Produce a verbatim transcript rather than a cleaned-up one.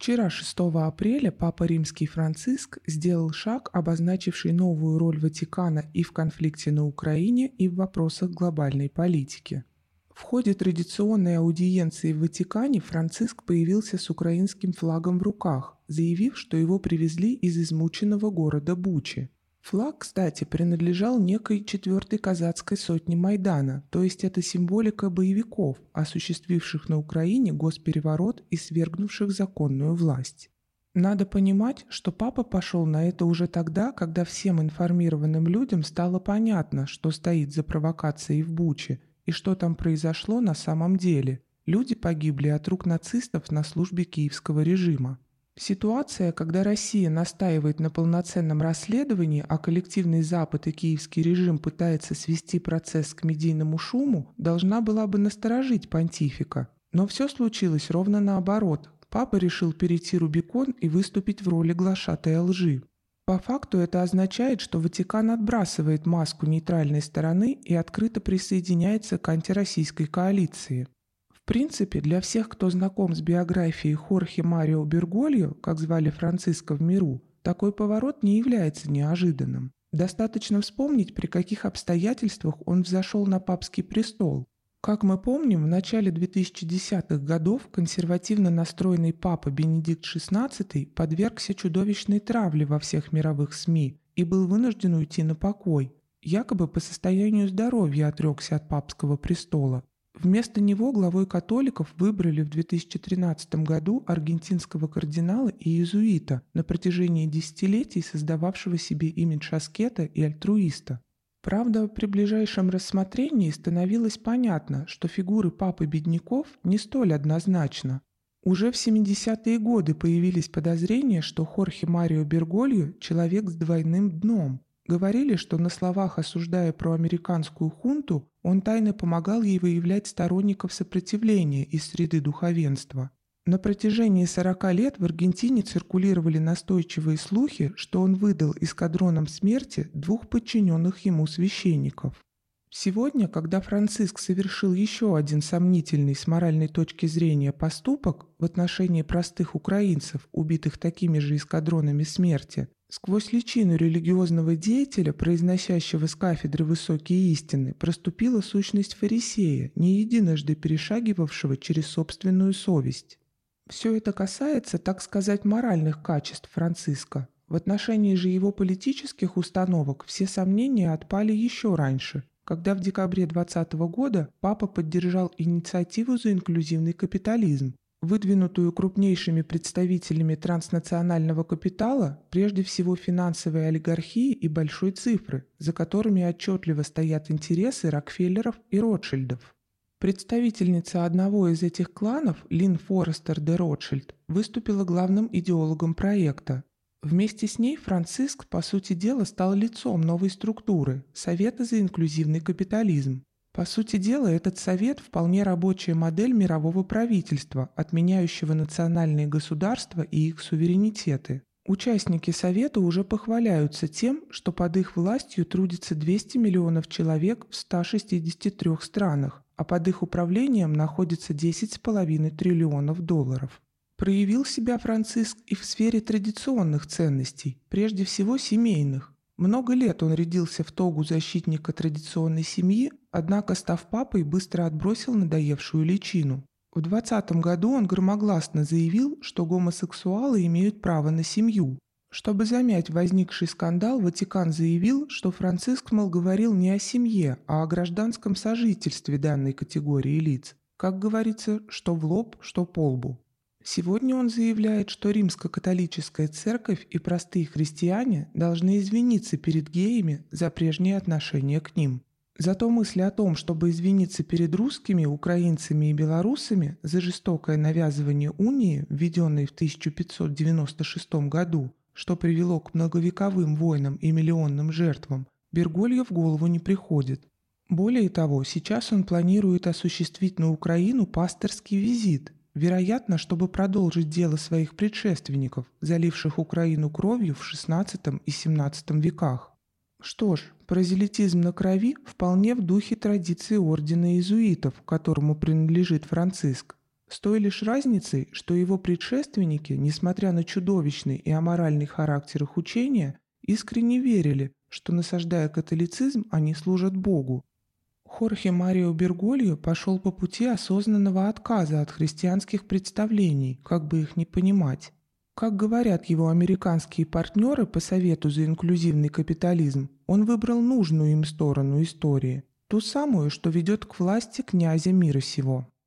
Вчера, шестого апреля, Папа Римский Франциск сделал шаг, обозначивший новую роль Ватикана и в конфликте на Украине, и в вопросах глобальной политики. В ходе традиционной аудиенции в Ватикане Франциск появился с украинским флагом в руках, заявив, что его привезли из измученного города Бучи. Флаг, кстати, принадлежал некой четвертой казацкой сотне Майдана, то есть это символика боевиков, осуществивших на Украине госпереворот и свергнувших законную власть. Надо понимать, что папа пошел на это уже тогда, когда всем информированным людям стало понятно, что стоит за провокацией в Буче и что там произошло на самом деле. Люди погибли от рук нацистов на службе киевского режима. Ситуация, когда Россия настаивает на полноценном расследовании, а коллективный Запад и киевский режим пытается свести процесс к медийному шуму, должна была бы насторожить понтифика. Но все случилось ровно наоборот. Папа решил перейти Рубикон и выступить в роли глашатая лжи. По факту это означает, что Ватикан отбрасывает маску нейтральной стороны и открыто присоединяется к антироссийской коалиции. В принципе, для всех, кто знаком с биографией Хорхе Марио Бергольо, как звали Франциска в миру, такой поворот не является неожиданным. Достаточно вспомнить, при каких обстоятельствах он взошел на папский престол. Как мы помним, в начале две тысячи десятых годов консервативно настроенный папа Бенедикт шестнадцатый подвергся чудовищной травле во всех мировых СМИ и был вынужден уйти на покой. Якобы по состоянию здоровья отрекся от папского престола. Вместо него главой католиков выбрали в две тысячи тринадцатом году аргентинского кардинала и иезуита, на протяжении десятилетий создававшего себе имидж аскета и альтруиста. Правда, при ближайшем рассмотрении становилось понятно, что фигуры папы-бедняков не столь однозначна. Уже в семидесятые годы появились подозрения, что Хорхе Марио Бергольо – человек с двойным дном. Говорили, что на словах, осуждая проамериканскую хунту, он тайно помогал ей выявлять сторонников сопротивления из среды духовенства. На протяжении сорока лет в Аргентине циркулировали настойчивые слухи, что он выдал эскадронам смерти двух подчиненных ему священников. Сегодня, когда Франциск совершил еще один сомнительный с моральной точки зрения поступок в отношении простых украинцев, убитых такими же эскадронами смерти, сквозь личину религиозного деятеля, произносящего с кафедры высокие истины, проступила сущность фарисея, не единожды перешагивавшего через собственную совесть. Все это касается, так сказать, моральных качеств Франциска. В отношении же его политических установок все сомнения отпали еще раньше, когда в декабре двадцатого года папа поддержал инициативу за инклюзивный капитализм, выдвинутую крупнейшими представителями транснационального капитала, прежде всего финансовой олигархии и большой цифры, за которыми отчетливо стоят интересы Рокфеллеров и Ротшильдов. Представительница одного из этих кланов, Лин Форестер де Ротшильд, выступила главным идеологом проекта. Вместе с ней Франциск, по сути дела, стал лицом новой структуры – Совета за инклюзивный капитализм. По сути дела, этот совет – вполне рабочая модель мирового правительства, отменяющего национальные государства и их суверенитеты. Участники совета уже похваляются тем, что под их властью трудится двести миллионов человек в ста шестидесяти трёх странах, а под их управлением находится десять с половиной триллионов долларов. Проявил себя Франциск и в сфере традиционных ценностей, прежде всего семейных. Много лет он рядился в тогу защитника традиционной семьи, однако, став папой, быстро отбросил надоевшую личину. В двадцатом году он громогласно заявил, что гомосексуалы имеют право на семью. Чтобы замять возникший скандал, Ватикан заявил, что Франциск, мол, говорил не о семье, а о гражданском сожительстве данной категории лиц. Как говорится, что в лоб, что по лбу. Сегодня он заявляет, что римско-католическая церковь и простые христиане должны извиниться перед геями за прежние отношения к ним. Зато мысль о том, чтобы извиниться перед русскими, украинцами и белорусами за жестокое навязывание унии, введенной в тысяча пятьсот девяносто шестом году, что привело к многовековым войнам и миллионным жертвам, Бергольо в голову не приходит. Более того, сейчас он планирует осуществить на Украину пасторский визит, вероятно, чтобы продолжить дело своих предшественников, заливших Украину кровью в шестнадцатом и семнадцатом веках. Что ж, прозелитизм на крови вполне в духе традиции ордена иезуитов, которому принадлежит Франциск. С той лишь разницей, что его предшественники, несмотря на чудовищный и аморальный характер их учения, искренне верили, что, насаждая католицизм, они служат Богу. Хорхе Марио Бергольо пошел по пути осознанного отказа от христианских представлений, как бы их ни понимать. Как говорят его американские партнеры по Совету за инклюзивный капитализм, он выбрал нужную им сторону истории, ту самую, что ведет к власти князя мира сего.